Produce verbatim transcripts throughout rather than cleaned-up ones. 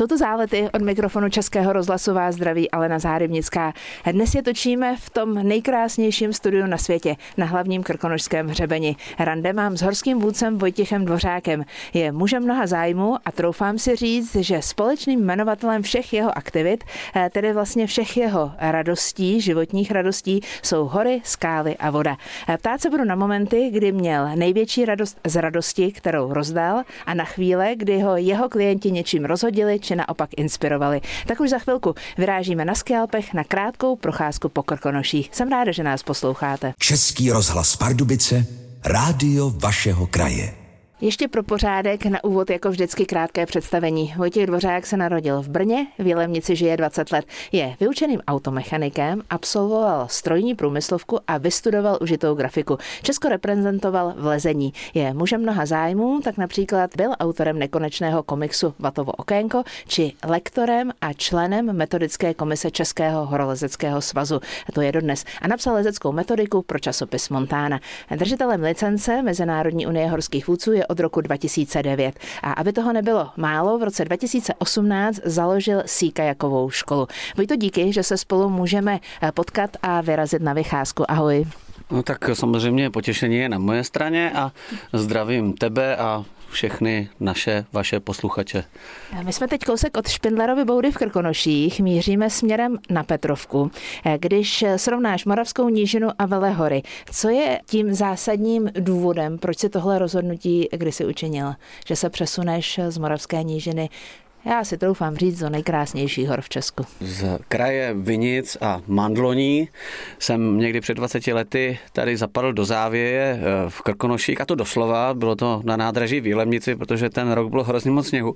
Jsou to Zálety, od mikrofonu Českého rozhlasu vás zdraví Alena Zárybnická. Dnes je točíme v tom nejkrásnějším studiu na světě, na hlavním krkonošském hřebeni. Rande mám s horským vůdcem Vojtěchem Dvořákem. Je mužem mnoha zájmů a troufám si říct, že společným jmenovatelem všech jeho aktivit, tedy vlastně všech jeho radostí, životních radostí, jsou hory, skály a voda. Ptát se budu na momenty, kdy měl největší radost z radosti, kterou rozdal, a na chvíle, kdy ho jeho klienti něčím rozhodili či naopak inspirovali. Tak už za chvilku vyrážíme na ski Alpech na krátkou procházku po Krkonoších. Jsem ráda, že nás posloucháte. Český rozhlas Pardubice, rádio vašeho kraje. Ještě pro pořádek na úvod jako vždycky krátké představení. Vojtěch Dvořák se narodil v Brně, v Jilemnici žije dvacet let. Je vyučeným automechanikem, absolvoval strojní průmyslovku a vystudoval užitou grafiku. Česko reprezentoval v lezení. Je mužem mnoha zájmů, tak například byl autorem nekonečného komiksu Vatovo okénko či lektorem a členem metodické komise Českého horolezeckého svazu. To je dodnes. A napsal lezeckou metodiku pro časopis Montana. Držitelem licence Mezinárodní unie horských vůdců je od roku dva tisíce devět. A aby toho nebylo málo, v roce dva tisíce osmnáct založil Sea kajakovou školu. Vojto, díky, že se spolu můžeme potkat a vyrazit na vycházku. Ahoj. No tak samozřejmě potěšení je na moje straně a zdravím tebe a všechny naše, vaše posluchače. My jsme teď kousek od Špindlerovy boudy v Krkonoších, míříme směrem na Petrovku. Když srovnáš Moravskou nížinu a Velehory, co je tím zásadním důvodem, proč si tohle rozhodnutí kdysi učinil? Že se přesuneš z Moravské nížiny, já si troufám říct, do nejkrásnějších hor v Česku. Z kraje Vinic a Mandloní jsem někdy před dvaceti lety tady zapadl do závěje v Krkonoších, a to doslova, bylo to na nádraží v Jilemnici, protože ten rok bylo hrozně moc sněhu.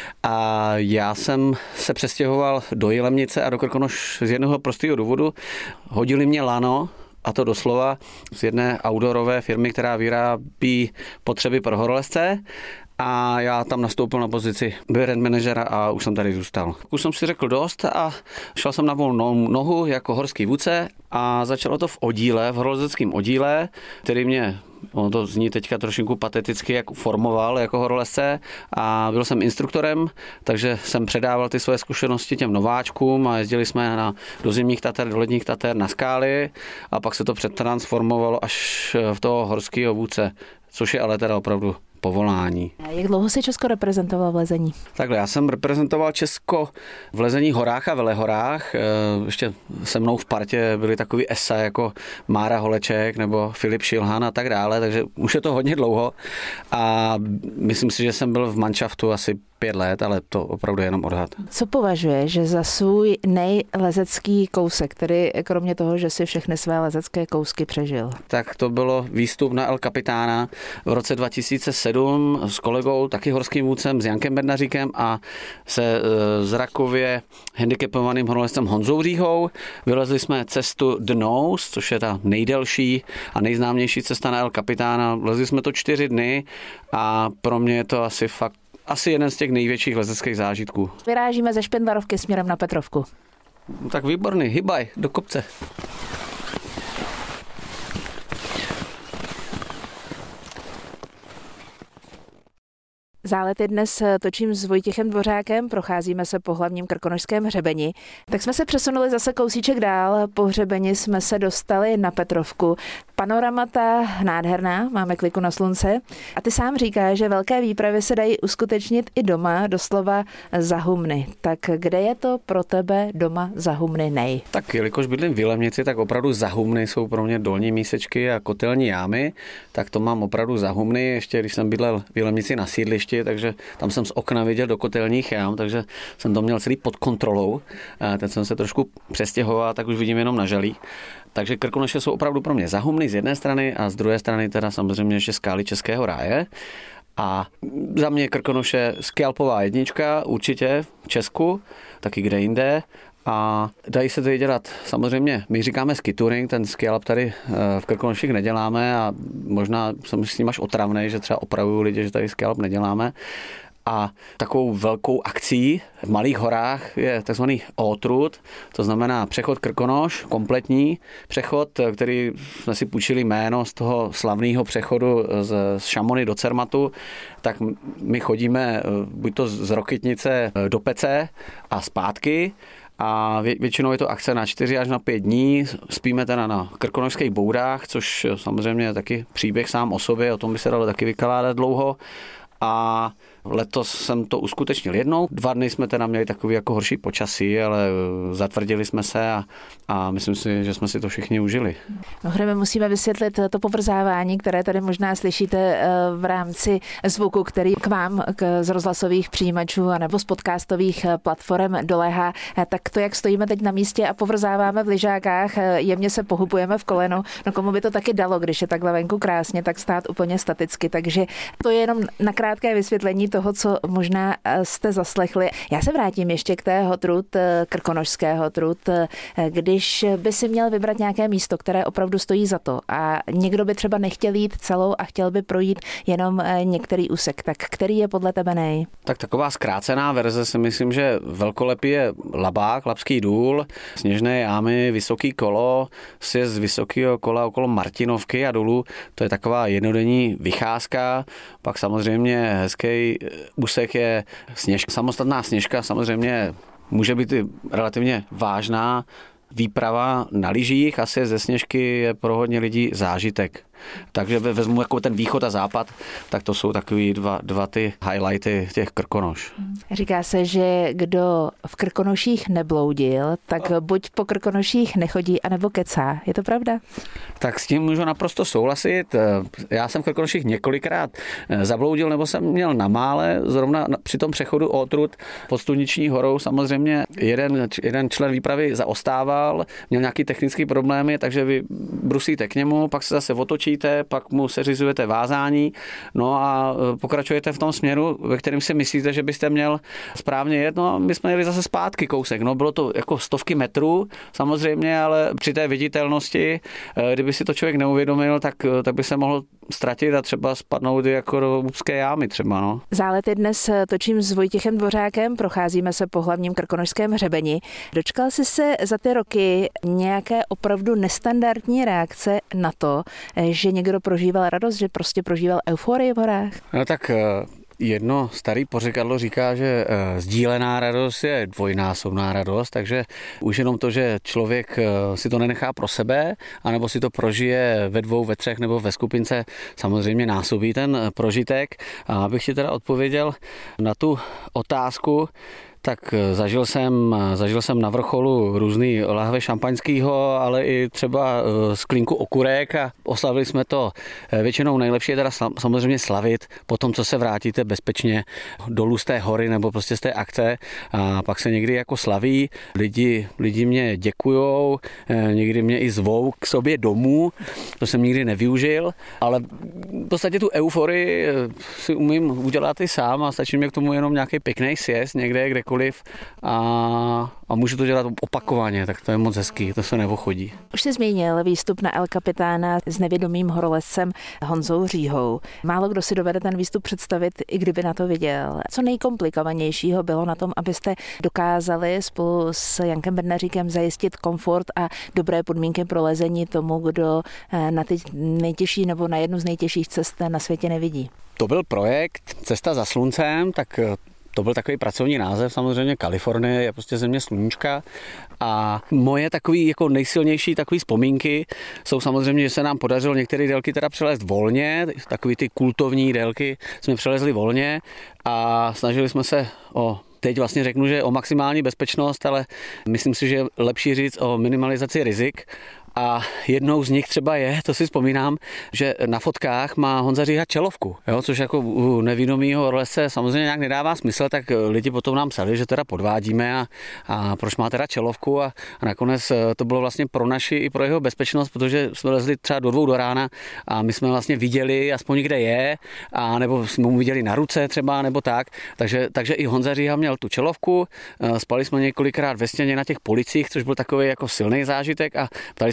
A já jsem se přestěhoval do Jilemnice a do Krkonoš z jednoho prostého důvodu. Hodili mě lano, a to doslova z jedné outdoorové firmy, která vyrábí potřeby pro horolezce. A já tam nastoupil na pozici brand manažera a už jsem tady zůstal. Už jsem si řekl dost a šel jsem na volnou nohu jako horský vůdce a začalo to v oddíle, v horolezeckém oddíle, který mě, ono to zní teďka trošinku pateticky, jak formoval jako horolezce, a byl jsem instruktorem, takže jsem předával ty své zkušenosti těm nováčkům a jezdili jsme na, do zimních Tater, do ledních Tater na skály a pak se to přetransformovalo až v toho horského vůdce, což je ale teda opravdu povolání. Jak dlouho jsi Česko reprezentoval v lezení? Takhle, já jsem reprezentoval Česko v lezení horách a velehorách. Ještě se mnou v partě byli takový esa jako Mára Holeček nebo Filip Šilhan a tak dále, takže už je to hodně dlouho a myslím si, že jsem byl v manšaftu asi pět let, ale to opravdu je jenom odhad. Co považuješ za svůj nejlezecký kousek, tedy kromě toho, že si všechny své lezecké kousky přežil? Tak to bylo výstup na El Capitána v roce dva tisíce sedm s kolegou, taky horským vůdcem, s Jankem Bednaříkem a se zrakově handicapovaným horolezcem Honzou Říhou. Vylezli jsme cestu The Nose, což je ta nejdelší a nejznámější cesta na El Capitána. Vlezli jsme to čtyři dny a pro mě je to asi fakt asi jeden z těch největších lezeckých zážitků. Vyrážíme ze Špindlerovky směrem na Petrovku. No tak výborný, hybaj, do kopce. Zálety dnes točím s Vojtěchem Dvořákem, procházíme se po hlavním krkonošském hřebeni. Tak jsme se přesunuli zase kousíček dál, po hřebeni jsme se dostali na Petrovku. Panoramata nádherná, máme kliku na slunce. A ty sám říkáš, že velké výpravy se dají uskutečnit i doma, doslova za humny. Tak kde je to pro tebe doma za humny nej? Tak jelikož bydlím v Jilemnici, tak opravdu za humny jsou pro mě dolní mísečky a kotelní jámy, tak to mám opravdu za humny. Ještě když jsem bydlel v Jilemnici na sídlišti, takže tam jsem z okna viděl do kotelních jám, takže jsem to měl celý pod kontrolou. A teď jsem se trošku přestěhoval, tak už vidím jenom na žalí. Takže Krkonoše jsou opravdu pro mě za humny z jedné strany a z druhé strany teda samozřejmě, že skály Českého ráje. A za mě Krkonoše ski alpová jednička určitě v Česku, taky kde jinde. A dají se tady dělat, samozřejmě, my říkáme ski touring, ten ski alp tady v Krkonoších neděláme a možná jsem s ním až otravnej, že třeba opravuju lidi, že tady ski alp neděláme. A takovou velkou akcí v Malých horách je takzvaný Ótrud, to znamená přechod Krkonoš, kompletní přechod, který jsme si půjčili jméno z toho slavného přechodu z Šamony do Cermatu, tak my chodíme buď to z Rokytnice do Pece a zpátky, a vě, většinou je to akce na čtyři až na pět dní. Spíme teda na krkonošských boudách, což samozřejmě je taky příběh sám o sobě, o tom by se dalo taky vykládat dlouho. A letos jsem to uskutečnil jednou. Dva dny jsme teda měli takový jako horší počasí, ale zatvrdili jsme se a, a myslím si, že jsme si to všichni užili. No, hreme, musíme vysvětlit to povrzávání, které tady možná slyšíte v rámci zvuku, který k vám k, z rozhlasových přijímačů nebo z podcastových platform doléhá. Tak to, jak stojíme teď na místě a povrzáváme v lyžákách, jemně se pohybujeme v koleno, no komu by to taky dalo, když je takhle venku krásně, tak stát úplně staticky. Takže to je jenom na krátké vysvětlení toho, co možná jste zaslechli. Já se vrátím ještě k té Ótrud, krkonošské Ótrud. Když by si měl vybrat nějaké místo, které opravdu stojí za to a někdo by třeba nechtěl jít celou a chtěl by projít jenom některý úsek, tak který je podle tebe nej? Tak taková zkrácená verze si myslím, že velkolepý je Labák, Labský důl, Sněžné jámy, Vysoký kolo, sjezd Vysokého kola okolo Martinovky a dolů. To je taková jednodenní vycházka. Pak samozřejmě hezký úsek je Sněžka. Samostatná Sněžka samozřejmě může být i relativně vážná výprava na lyžích, asi ze Sněžky je pro hodně lidí zážitek. Takže vezmu jako ten východ a západ, tak to jsou takový dva, dva ty highlighty těch Krkonoš. Říká se, že kdo v Krkonoších nebloudil, tak buď po Krkonoších nechodí, anebo kecá. Je to pravda? Tak s tím můžu naprosto souhlasit. Já jsem v Krkonoších několikrát zabloudil, nebo jsem měl na mále, zrovna při tom přechodu Ótrud pod Studniční horou samozřejmě jeden, jeden člen výpravy zaostával, měl nějaký technický problémy, takže vy brusíte k němu, pak se zase otočí, pak mu seřizujete vázání, no a pokračujete v tom směru, ve kterém si myslíte, že byste měl správně jet. No a my jsme jeli zase zpátky kousek. No bylo to jako stovky metrů samozřejmě, ale při té viditelnosti, kdyby si to člověk neuvědomil, tak, tak by se mohl ztratit a třeba spadnout jako do Bubské jámy třeba, no. Zálety dnes točím s Vojtěchem Dvořákem, procházíme se po hlavním krkonošském hřebeni. Dočkal jsi se za ty roky nějaké opravdu nestandardní reakce na to, že někdo prožíval radost, že prostě prožíval euforii v horách? No tak jedno starý pořekadlo říká, že sdílená radost je dvojnásobná radost, takže už jenom to, že člověk si to nenechá pro sebe, anebo si to prožije ve dvou, ve třech nebo ve skupince, samozřejmě násobí ten prožitek. A abych ti teda odpověděl na tu otázku, tak zažil jsem, zažil jsem na vrcholu různý lahve šampaňského, ale i třeba sklínku okurek a oslavili jsme to. Většinou nejlepší je teda samozřejmě slavit po tom, co se vrátíte bezpečně dolů z té hory nebo prostě z té akce a pak se někdy jako slaví. Lidi, lidi mě děkujou, někdy mě i zvou k sobě domů, to jsem nikdy nevyužil, ale v podstatě tu euforii si umím udělat i sám a stačí mě k tomu jenom nějaký pěkný sjezd někde, kde A, a můžu to dělat opakovaně, tak to je moc hezký, to se neochodí. Už jsi zmínil výstup na El Capitána s nevědomým horolezcem Honzou Říhou. Málo kdo si dovede ten výstup představit, i kdyby na to viděl. Co nejkomplikovanějšího bylo na tom, abyste dokázali spolu s Jankem Bednaříkem zajistit komfort a dobré podmínky pro lezení tomu, kdo na ty nejtěžší nebo na jednu z nejtěžších cest na světě nevidí? To byl projekt Cesta za sluncem, tak to byl takový pracovní název, samozřejmě Kalifornie je prostě země sluníčka a moje takový jako nejsilnější takový vzpomínky jsou samozřejmě, že se nám podařilo některé délky teda přelézt volně, takový ty kultovní délky jsme přelezli volně a snažili jsme se o teď vlastně řeknu, že o maximální bezpečnost, ale myslím si, že je lepší říct o minimalizaci rizik. A jednou z nich třeba je, to si vzpomínám, že na fotkách má Honza Říha čelovku, jo, což jako u nevědomýho horolezce samozřejmě nějak nedává smysl, tak lidi potom nám psali, že teda podvádíme a, a proč má teda čelovku a, a nakonec to bylo vlastně pro naši i pro jeho bezpečnost, protože jsme lezli třeba do dvou do rána a my jsme vlastně viděli aspoň kde je, a nebo jsme mu viděli na ruce třeba nebo tak, takže, takže i Honza Říha měl tu čelovku, spali jsme několikrát ve stěně na těch policích, což byl takový jako silný zážitek a ptali jsme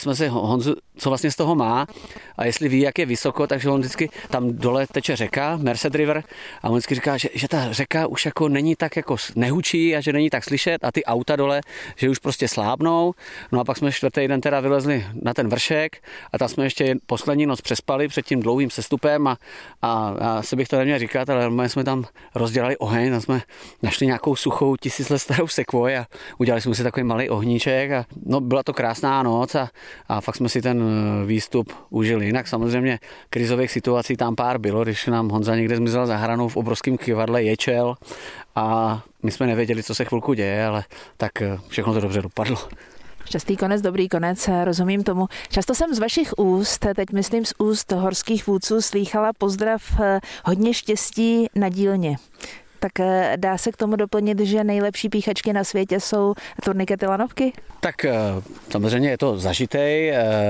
jsme si Honzu, co vlastně z toho má a jestli ví, jak je vysoko, takže on vždycky tam dole teče řeka, Merced River, a on vždycky říká, že, že ta řeka už jako není tak jako nehučí a že není tak slyšet a ty auta dole, že už prostě slábnou. No a pak jsme čtvrtý den teda vylezli na ten vršek a tam jsme ještě poslední noc přespali před tím dlouhým sestupem a, a, a se bych to neměl říkat, ale my jsme tam rozdělali oheň, tam jsme našli nějakou suchou tisíc let starou sekvoj a udělali jsme si takový malý ohníček a no, byla to krásná noc a, a fakt jsme si ten výstup užili. Jinak samozřejmě krizových situací tam pár bylo, když nám Honza někde zmizel za hranou v obrovském kyvadle, ječel a my jsme nevěděli, co se chvilku děje, ale tak všechno to dobře dopadlo. Šťastný konec, dobrý konec, rozumím tomu. Často jsem z vašich úst, teď myslím z úst horských vůdců, slýchala pozdrav hodně štěstí na dílně. Tak dá se k tomu doplnit, že nejlepší píchačky na světě jsou turnikety lanovky? Tak samozřejmě je to zažitej,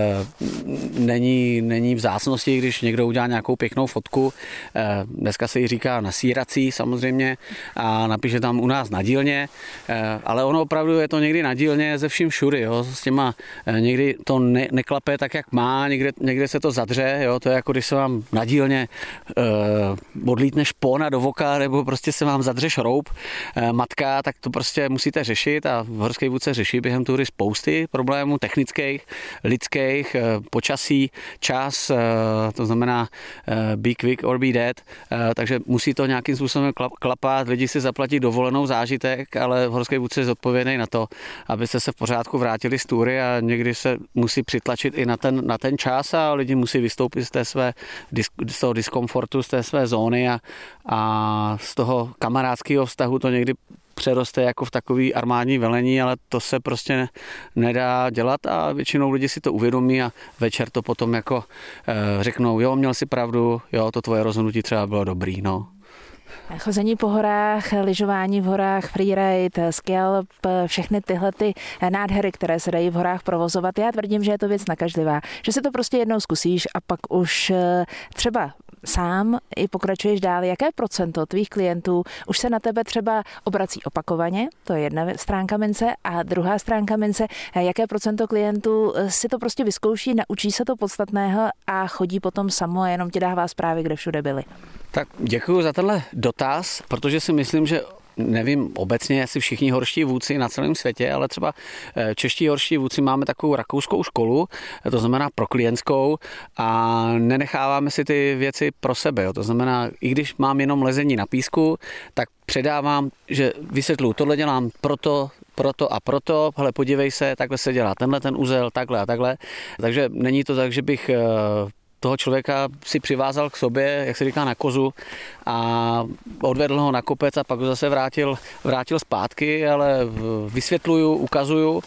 není, není vzácností, když někdo udělá nějakou pěknou fotku. Dneska se jí říká nasírací samozřejmě a napíše tam u nás na dílně, ale ono opravdu je to někdy na dílně ze vším všudy. Jo? S těma někdy to ne, neklape tak, jak má, někde, někde se to zadře, jo? To je jako když se vám na dílně odlítne špona do voka nebo prostě se vám zadře šroub, matka, tak to prostě musíte řešit a v horské vůdce řeší během tury spousty problémů technických, lidských, počasí, čas, to znamená be quick or be dead, takže musí to nějakým způsobem klapat, lidi si zaplatí dovolenou zážitek, ale v horské vůdce je zodpovědný na to, abyste se v pořádku vrátili z tury a někdy se musí přitlačit i na ten, na ten čas a lidi musí vystoupit z té své z toho diskomfortu, z té své zóny a, a z toho kamarádského vztahu to někdy přeroste jako v takový armádní velení, ale to se prostě nedá dělat a většinou lidi si to uvědomí a večer to potom jako e, řeknou, jo, měl si pravdu, jo, to tvoje rozhodnutí třeba bylo dobrý, no. Chození po horách, lyžování v horách, freeride, ski alp, všechny tyhle ty nádhery, které se dají v horách provozovat. Já tvrdím, že je to věc nakažlivá, že se to prostě jednou zkusíš a pak už třeba sám i pokračuješ dál. Jaké procento tvých klientů už se na tebe třeba obrací opakovaně? To je jedna stránka mince. A druhá stránka mince, jaké procento klientů si to prostě vyzkouší, naučí se to podstatného a chodí potom samo a jenom ti dává zprávy, kde všude byli. Tak děkuji za tenhle dotaz, protože si myslím, že nevím obecně, asi všichni horští vůdci na celém světě, ale třeba čeští horští vůdci máme takovou rakouskou školu, to znamená pro klientskou a nenecháváme si ty věci pro sebe. Jo. To znamená, i když mám jenom lezení na písku, tak předávám, že vysvětluji, tohle dělám proto, proto a proto, hele, podívej se, takhle se dělá tenhle ten uzel, takhle a takhle. Takže není to tak, že bych toho člověka si přivázal k sobě, jak se říká, na kozu a odvedl ho na kopec a pak ho zase vrátil, vrátil zpátky, ale vysvětluju, ukazuju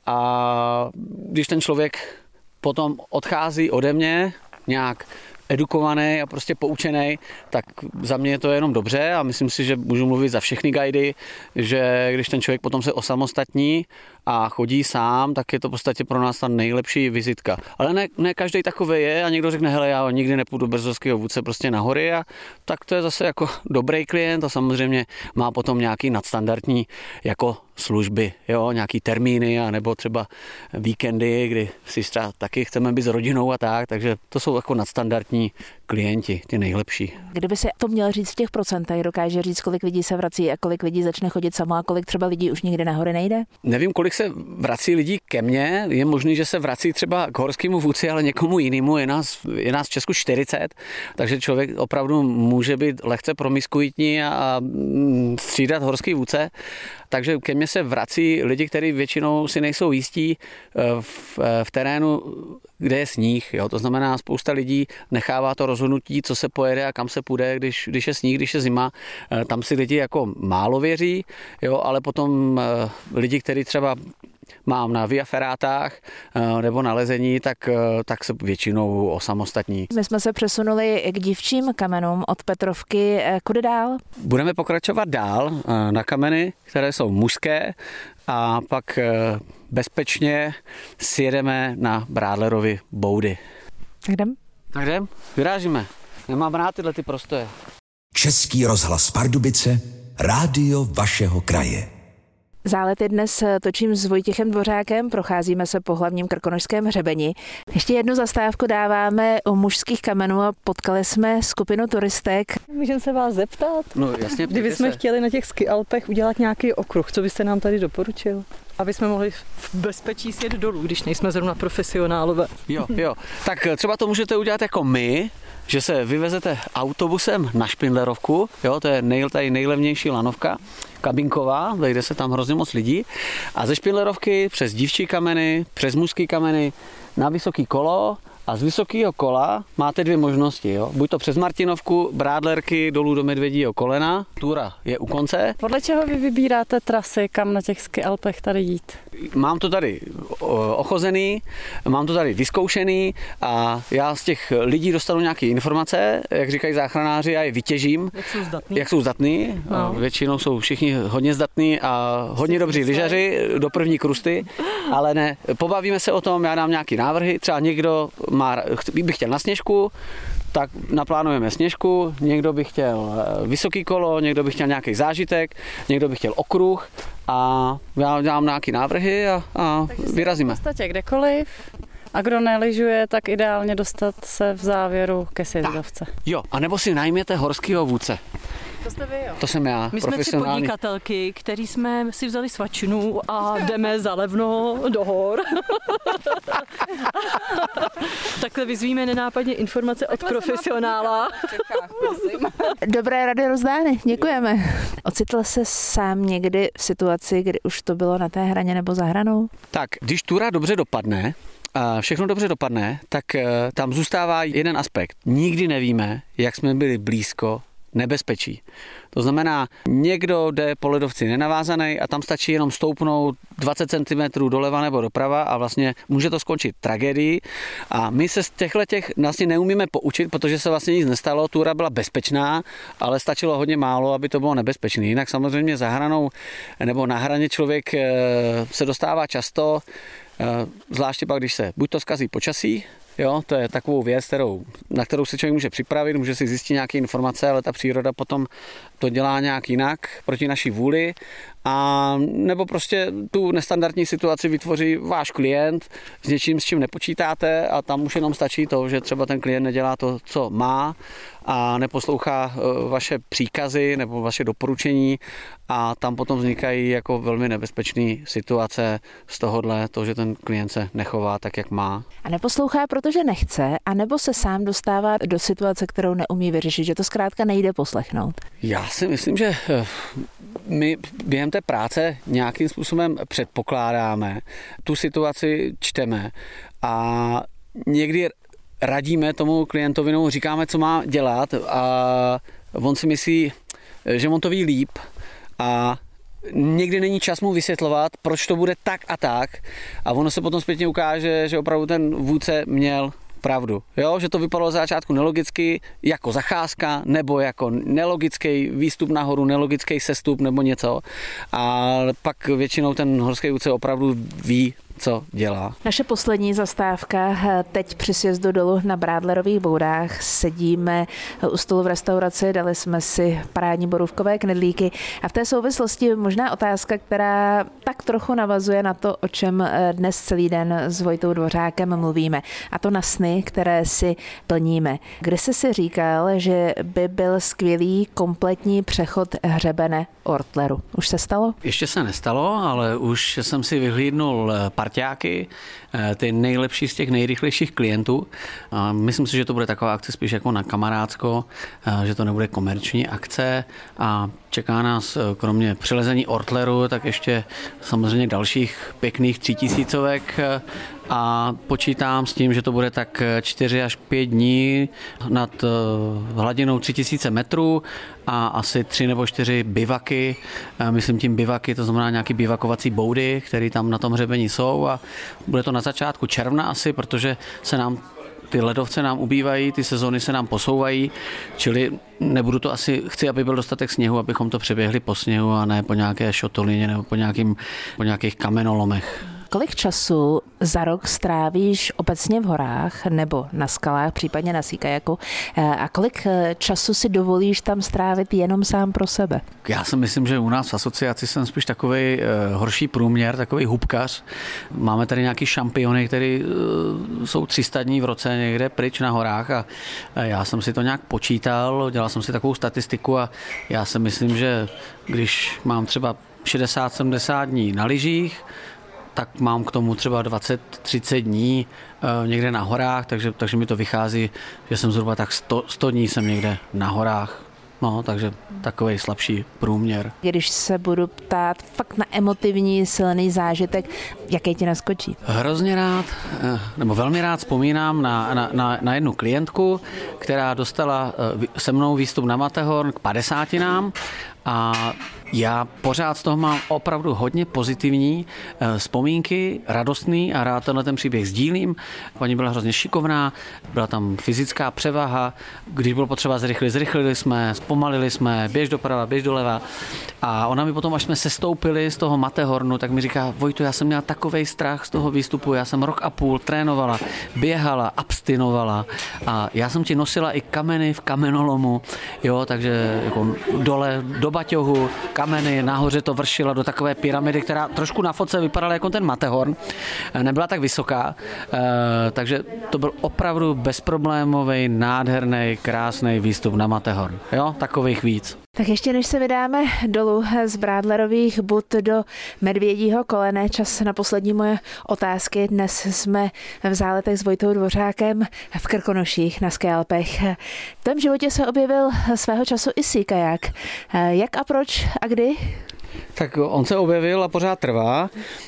a když ten člověk potom odchází ode mě nějak edukovaný a prostě poučený, tak za mě je to jenom dobře a myslím si, že můžu mluvit za všechny guidy, že když ten člověk potom se osamostatní a chodí sám, tak je to v podstatě pro nás ta nejlepší vizitka. Ale ne, ne každý takový je a někdo řekne, hele, já nikdy nepůjdu bez horského vůdce prostě na hory a tak to je zase jako dobrý klient a samozřejmě má potom nějaký nadstandardní jako služby, jo, nějaký termíny a nebo třeba víkendy, kdy si třeba taky chceme být s rodinou a tak, takže to jsou jako nadstandardní klienti, ty nejlepší. Kdyby se to měl říct v těch procentech, dokáže říct, kolik lidí se vrací a kolik lidí začne chodit samo a kolik třeba lidí už nikdy na hory nejde? Nevím, kolik se vrací lidí ke mně, je možný, že se vrací třeba k horskému vůdci, ale někomu jinému, je nás, je nás v Česku čtyřicet, takže člověk opravdu může být lehce promiskuitní a střídat horský vůdce, takže ke mně se vrací lidi, kteří většinou si nejsou jistí v, v terénu, kde je sníh. Jo? To znamená, spousta lidí nechává to rozhodnutí, co se pojede a kam se půjde, když, když je sníh, když je zima. Tam si lidi jako málo věří, jo? Ale potom lidi, kteří třeba mám na via ferátách nebo na lezení, tak, tak se většinou osamostatní. My jsme se přesunuli k dívčím kamenům od Petrovky. Kudy dál? Budeme pokračovat dál na kameny, které jsou mužské a pak bezpečně sjedeme na Brádlerovy boudy. Tak jdem? Tak jdem, vyrážíme. Nemám rád tyhle ty prostoje. Český rozhlas Pardubice, rádio vašeho kraje. Zálety dnes točím s Vojtěchem Dvořákem, procházíme se po hlavním krkonošském hřebeni. Ještě jednu zastávku dáváme u Mužských kamenů a potkali jsme skupinu turistek. Můžeme se vás zeptat? No jasně. Kdybychom chtěli na těch ski alpech udělat nějaký okruh, co byste nám tady doporučil? Aby jsme mohli v bezpečí sjet dolů, když nejsme zrovna profesionálové. Jo, jo. Tak třeba to můžete udělat jako my, že se vyvezete autobusem na Špindlerovku, jo, to je nej, tady nejlevnější lanovka, kabinková, vejde se tam hrozně moc lidí, a ze Špindlerovky přes Dívčí kameny, přes Mužský kameny na Vysoký kolo, a z Vysokého kola máte dvě možnosti. Jo? Buď to přes Martinovku, Brádlerky, dolů do Medvědího kolena. Túra je u konce. Podle čeho vy vybíráte trasy, kam na těch ski alpech tady jít? Mám to tady ochozený, mám to tady vyzkoušený a já z těch lidí dostanu nějaké informace, jak říkají záchranáři, já je vytěžím. Jak jsou zdatný? Jak jsou zdatný. No. Většinou jsou všichni hodně zdatní a hodně dobří lyžaři do první krusty, ale ne, pobavíme se o tom, já dám nějaký návrhy, třeba někdo má, by chtěl na sněžku, tak naplánujeme sněžku, někdo by chtěl vysoký kolo, někdo by chtěl nějaký zážitek, někdo by chtěl okruh a já dám nějaký návrhy a, a vyrazíme. V podstatě kdekoliv. A kdo nelyžuje, tak ideálně dostat se v závěru ke sjezdovce. Jo, anebo si najměte horskýho vůdce. To jste vy, jo. To jsem já, My jsme tři podnikatelky, který jsme si vzali svačinu a jdeme za levno do hor. Takhle vyzvíme nenápadně informace od profesionála. Dobré rady rozdány, děkujeme. Ocitl se sám někdy v situaci, kdy už to bylo na té hraně nebo za hranou? Tak, když túra dobře dopadne, a všechno dobře dopadne, tak tam zůstává jeden aspekt. Nikdy nevíme, jak jsme byli blízko nebezpečí. To znamená, někdo jde po ledovci nenavázaný a tam stačí jenom stoupnout dvacet centimetrů doleva nebo doprava a vlastně může to skončit tragédií. A my se z těchto těch vlastně neumíme poučit, protože se vlastně nic nestalo, túra byla bezpečná, ale stačilo hodně málo, aby to bylo nebezpečné. Jinak samozřejmě za hranou nebo na hraně člověk se dostává často, zvláště pak, když se buď to zkazí počasí, jo, to je takovou věc, kterou, na kterou se člověk může připravit, může si zjistit nějaké informace, ale ta příroda potom to dělá nějak jinak proti naší vůli. A nebo prostě tu nestandardní situaci vytvoří váš klient s něčím, s čím nepočítáte a tam už jenom stačí to, že třeba ten klient nedělá to, co má a neposlouchá vaše příkazy nebo vaše doporučení a tam potom vznikají jako velmi nebezpečné situace z tohohle, to, že ten klient se nechová tak, jak má. A neposlouchá, protože nechce, anebo se sám dostává do situace, kterou neumí vyřešit, že to zkrátka nejde poslechnout? Já si myslím, že my během té práce nějakým způsobem předpokládáme, tu situaci čteme a někdy radíme tomu klientovi, no, říkáme, co má dělat a on si myslí, že on to ví líp a někdy není čas mu vysvětlovat, proč to bude tak a tak a ono se potom zpětně ukáže, že opravdu ten vůdce měl pravdu, jo? Že to vypadalo za začátku nelogicky jako zacházka nebo jako nelogický výstup nahoru, nelogický sestup nebo něco a pak většinou ten horský vůdce opravdu ví, co dělá. Naše poslední zastávka teď při sjezdu dolů na Brádlerových bourách. Sedíme u stolu v restauraci, dali jsme si parádní borůvkové knedlíky a v té souvislosti možná otázka, která tak trochu navazuje na to, o čem dnes celý den s Vojtou Dvořákem mluvíme. A to na sny, které si plníme. Kde jsi si říkal, že by byl skvělý kompletní přechod hřebene Ortleru? Už se stalo? Ještě se nestalo, ale už jsem si vyhlídnul parťáky, ty nejlepší z těch nejrychlejších klientů. Myslím si, že to bude taková akce spíš jako na kamarádsko, že to nebude komerční akce a čeká nás kromě přilezení Ortleru, tak ještě samozřejmě dalších pěkných třítisícovek a počítám s tím, že to bude tak čtyři až pět dní nad hladinou tři tisíce metrů a asi tři nebo čtyři bivaky, myslím tím bivaky, to znamená nějaký bivakovací boudy, které tam na tom hřebení jsou a bude to na začátku června asi, protože se nám ty ledovce nám ubývají, ty sezóny se nám posouvají, čili nebudu to asi, chci, aby byl dostatek sněhu, abychom to přeběhli po sněhu a ne po nějaké šotolině nebo po, nějakým, po nějakých kamenolomech. kolik času za rok strávíš obecně v horách nebo na skalách, případně na síkajaku a kolik času si dovolíš tam strávit jenom sám pro sebe? Já si myslím, že u nás v asociaci jsem spíš takovej uh, horší průměr, takovej hubkař. Máme tady nějaký šampiony, který uh, jsou tři sta dní v roce někde pryč na horách a, a já jsem si to nějak počítal, dělal jsem si takovou statistiku a já si myslím, že když mám třeba šedesát sedmdesát dní na lyžích, tak mám k tomu třeba dvacet třicet dní uh, někde na horách, takže, takže mi to vychází, že jsem zhruba tak sto, sto dní jsem někde na horách. No, takže takovej slabší průměr. Když se budu ptát fakt na emotivní, silný zážitek, jaký ti naskočí? Hrozně rád, nebo velmi rád vzpomínám na, na, na, na jednu klientku, která dostala se mnou výstup na Matterhorn k padesátinám a já pořád z toho mám opravdu hodně pozitivní vzpomínky, radostný a rád tenhle ten příběh sdílím. Paní byla hrozně šikovná, byla tam fyzická převaha, když bylo potřeba zrychlit, zrychlili jsme, zpomalili jsme, běž doprava, běž doleva a ona mi potom, až jsme sestoupili z toho Matterhornu, tak mi říká, Vojto, já jsem měla takovej strach z toho výstupu, já jsem rok a půl trénovala, běhala, abstinovala a já jsem ti nosila i kameny v kamenolomu, jo, takže jako dole do baťohu, kameny, nahoře to vršila do takové pyramidy, která trošku na fotce vypadala jako ten Matterhorn. Nebyla tak vysoká, takže to byl opravdu bezproblémový, nádherný, krásný výstup na Matterhorn. Jo, takových víc. Tak ještě než se vydáme dolů z Brádlerových Bud do Medvědího kolene, čas na poslední moje otázky. Dnes jsme v záletech s Vojtou Dvořákem v Krkonoších na Ski Alpech. V tom životě se objevil svého času i síkajak. Jak a proč a kdy? Tak on se objevil a pořád trvá,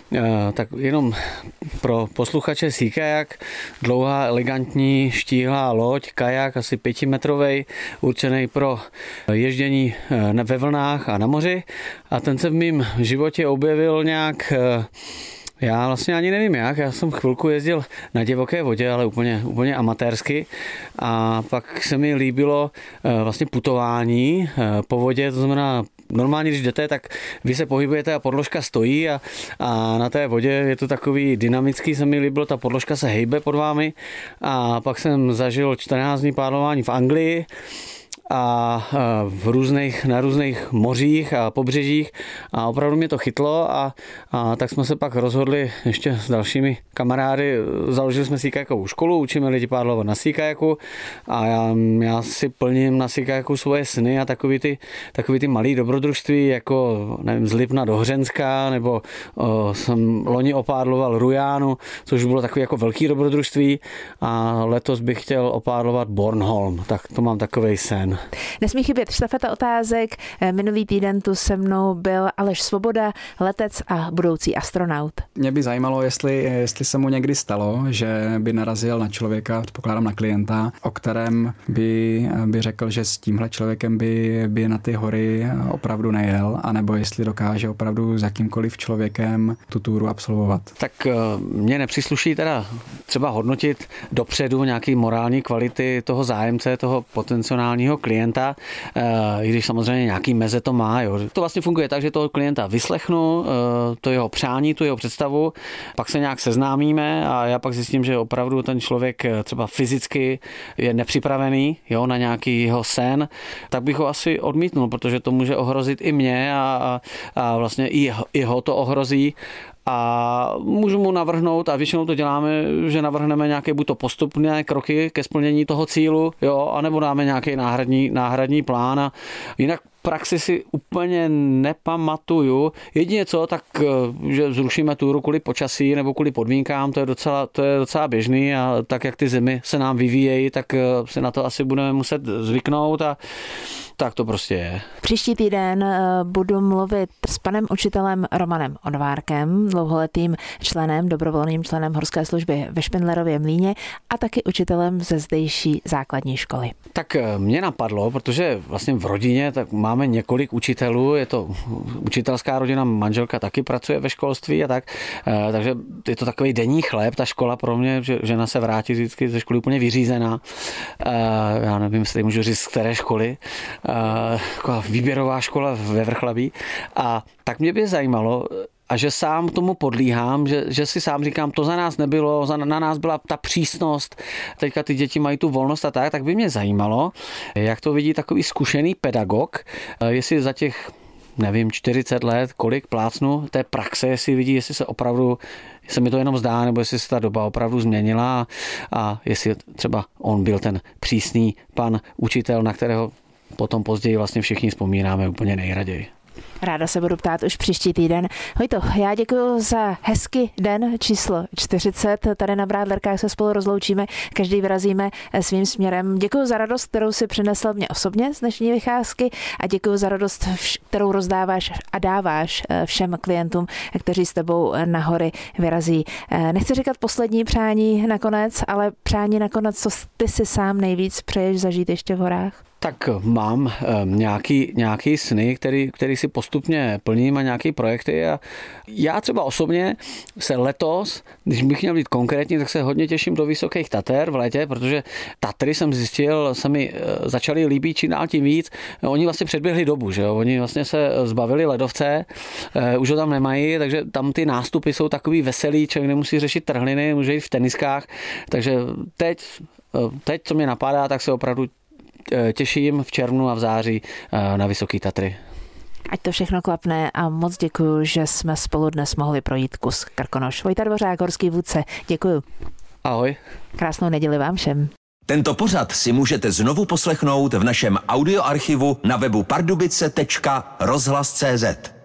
tak jenom pro posluchače síkajak, dlouhá, elegantní, štíhlá loď, kajak, asi pětimetrovej, určený pro ježdění ve vlnách a na moři a ten se v mém životě objevil nějak. Já vlastně ani nevím jak, já jsem chvilku jezdil na divoké vodě, ale úplně, úplně amatérsky a pak se mi líbilo vlastně putování po vodě, to znamená normálně, když jdete, tak vy se pohybujete a podložka stojí a, a na té vodě je to takový dynamický, se mi líbilo, ta podložka se hejbe pod vámi a pak jsem zažil čtrnáct dní pádlování v Anglii a v různých, na různých mořích a pobřežích a opravdu mě to chytlo a, a tak jsme se pak rozhodli ještě s dalšími kamarády, založili jsme síkajakovou školu, učíme lidi pádlovat na síkajaku a já, já si plním na síkajaku svoje sny a takový ty, takový ty malý dobrodružství, jako nevím, z Lipna do Hřenska, nebo o, jsem loni opádloval Rujánu, což bylo takový jako velký dobrodružství a letos bych chtěl opádlovat Bornholm, tak to mám takovej sen. Nesmí chybět štafeta otázek. Minulý týden tu se mnou byl Aleš Svoboda, letec a budoucí astronaut. Mě by zajímalo, jestli, jestli se mu někdy stalo, že by narazil na člověka, předpokládám na klienta, o kterém by, by řekl, že s tímhle člověkem by, by na ty hory opravdu nejel, anebo jestli dokáže opravdu s jakýmkoliv člověkem tu túru absolvovat. Tak mně nepřísluší teda třeba hodnotit dopředu nějaký morální kvality toho zájemce, toho potenciálního klienta, i když samozřejmě nějaký meze to má. Jo. To vlastně funguje tak, že toho klienta vyslechnu, to jeho přání, tu jeho představu, pak se nějak seznámíme a já pak zjistím, že opravdu ten člověk třeba fyzicky je nepřipravený, jo, na nějaký jeho sen, tak bych ho asi odmítnul, protože to může ohrozit i mě a, a vlastně i jeho to ohrozí. A můžu mu navrhnout, a většinou to děláme, že navrhneme nějaké buď to postupné kroky ke splnění toho cílu, jo, anebo dáme nějaký náhradní, náhradní plán a jinak praxi si úplně nepamatuju. Jedině co, tak že zrušíme túru kvůli počasí nebo kvůli podmínkám, to je docela, to je docela běžný a tak, jak ty zimy se nám vyvíjejí, tak si na to asi budeme muset zvyknout a tak to prostě je. Příští týden budu mluvit s panem učitelem Romanem Odvárkem, dlouholetým členem, dobrovolným členem horské služby ve Špindlerově Mlýně a taky učitelem ze zdejší základní školy. Tak mě napadlo, protože vlastně v rodině tak máme několik učitelů, je to učitelská rodina, manželka taky pracuje ve školství a tak, takže je to takový denní chléb, ta škola pro mě, že žena se vrátí vždycky ze školy úplně vyřízená. Já nevím, jestli můžu říct, z které školy, taková výběrová škola ve Vrchlabí a tak mě by zajímalo, a že sám tomu podlíhám, že, že si sám říkám, to za nás nebylo, za, na nás byla ta přísnost, teďka ty děti mají tu volnost a tak, tak by mě zajímalo, jak to vidí takový zkušený pedagog, jestli za těch nevím, čtyřicet let, kolik plácnu té praxe, jestli vidí, jestli se opravdu, se mi to jenom zdá, nebo jestli se ta doba opravdu změnila a jestli třeba on byl ten přísný pan učitel, na kterého potom později vlastně všichni vzpomínáme úplně nejraději. Ráda se budu ptát už příští týden. Hojto, já děkuji za hezky den číslo čtyřicet. Tady na Brádlerkách se spolu rozloučíme, každý vyrazíme svým směrem. Děkuji za radost, kterou si přinesl mě osobně z dnešní vycházky a děkuji za radost, kterou rozdáváš a dáváš všem klientům, kteří s tebou na hory vyrazí. Nechci říkat poslední přání nakonec, ale přání nakonec, co ty si sám nejvíc přeješ zažít ještě v horách? Tak mám nějaký, nějaký sny, který, který si postupně plním a nějaké projekty a já třeba osobně se letos, když bych měl být konkrétní, tak se hodně těším do Vysokých Tater v létě, protože Tatry jsem zjistil, se mi začaly líbit čím dál tím víc. Oni vlastně předběhli dobu, že jo? Oni vlastně se zbavili ledovce, už ho tam nemají, takže tam ty nástupy jsou takový veselý, člověk nemusí řešit trhliny, může jít v teniskách, takže teď, teď co mě napadá, tak se opravdu těším v červnu a v září na Vysoké Tatry. Ať to všechno klapne a moc děkuju, že jsme spolu dnes mohli projít kus Krkonoš. Vojta Dvořák, horský vůdce, děkuju. Ahoj. Krásnou neděli vám všem. Tento pořad si můžete znovu poslechnout v našem audioarchivu na webu pardubice tečka rozhlas tečka cé zet.